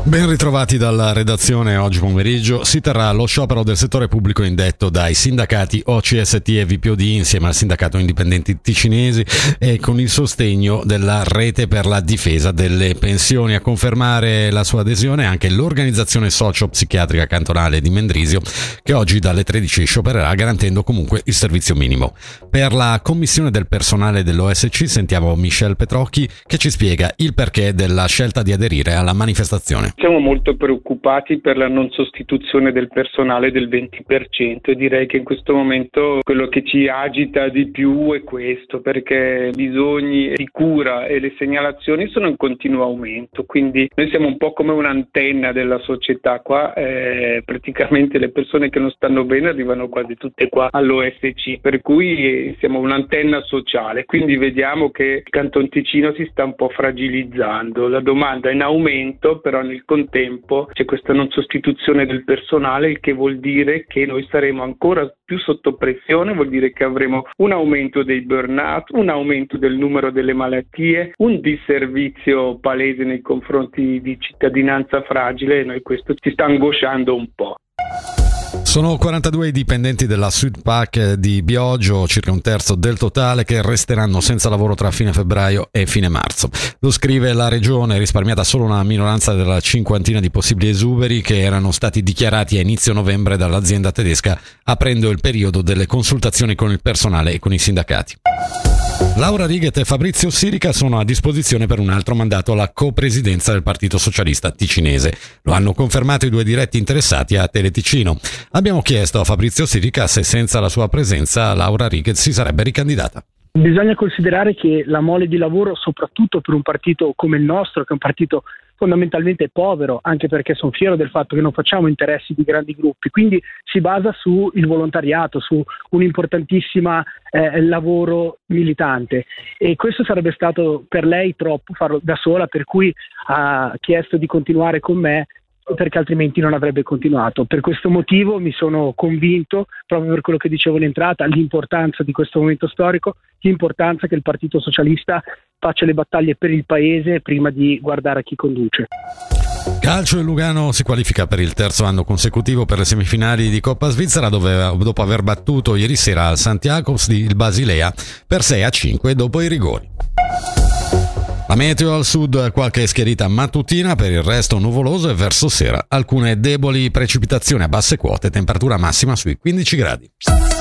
Ben ritrovati dalla redazione. Oggi pomeriggio si terrà lo sciopero del settore pubblico indetto dai sindacati OCST e VPOD insieme al sindacato indipendenti ticinesi e con il sostegno della rete per la difesa delle pensioni. A confermare la sua adesione anche l'organizzazione socio-psichiatrica cantonale di Mendrisio, che oggi dalle 13 sciopererà garantendo comunque il servizio minimo. Per la commissione del personale dell'OSC sentiamo Michel Petrocchi che ci spiega il perché della scelta di aderire alla manifestazione. Siamo molto preoccupati per la non sostituzione del personale del 20% e direi che in questo momento quello che ci agita di più è questo, perché i bisogni di cura e le segnalazioni sono in continuo aumento, quindi noi siamo un po' come un'antenna della società qua, praticamente le persone che non stanno bene arrivano quasi tutte qua all'OSC, per cui siamo un'antenna sociale, quindi vediamo che il Canton Ticino si sta un po' fragilizzando, la domanda è in aumento, però nel contempo c'è questa non sostituzione del personale, il che vuol dire che noi saremo ancora più sotto pressione, vuol dire che avremo un aumento dei burnout, un aumento del numero delle malattie, un disservizio palese nei confronti di cittadinanza fragile e noi questo ci sta angosciando un po'. Sono 42 i dipendenti della Südpack di Bioggio, circa un terzo del totale, che resteranno senza lavoro tra fine febbraio e fine marzo. Lo scrive la regione, risparmiata solo una minoranza della cinquantina di possibili esuberi che erano stati dichiarati a inizio novembre dall'azienda tedesca, aprendo il periodo delle consultazioni con il personale e con i sindacati. Laura Righet e Fabrizio Sirica sono a disposizione per un altro mandato alla copresidenza del Partito Socialista Ticinese. Lo hanno confermato i due diretti interessati a Teleticino. Abbiamo chiesto a Fabrizio Sirica se senza la sua presenza Laura Righet si sarebbe ricandidata. Bisogna considerare che la mole di lavoro, soprattutto per un partito come il nostro, che è un partito fondamentalmente povero, anche perché sono fiero del fatto che non facciamo interessi di grandi gruppi, quindi si basa sul volontariato, su un importantissimo lavoro militante, e questo sarebbe stato per lei troppo farlo da sola, per cui ha chiesto di continuare con me, perché altrimenti non avrebbe continuato. Per questo motivo mi sono convinto, proprio per quello che dicevo in entrata, l'importanza di questo momento storico, l'importanza che il Partito Socialista faccia le battaglie per il Paese prima di guardare a chi conduce. Calcio, il Lugano si qualifica per il terzo anno consecutivo per le semifinali di Coppa Svizzera, dove dopo aver battuto ieri sera al Santiagos il Basilea per 6-5 dopo i rigori. La meteo al sud, qualche schierita mattutina, per il resto nuvoloso e verso sera alcune deboli precipitazioni a basse quote, temperatura massima sui 15 gradi.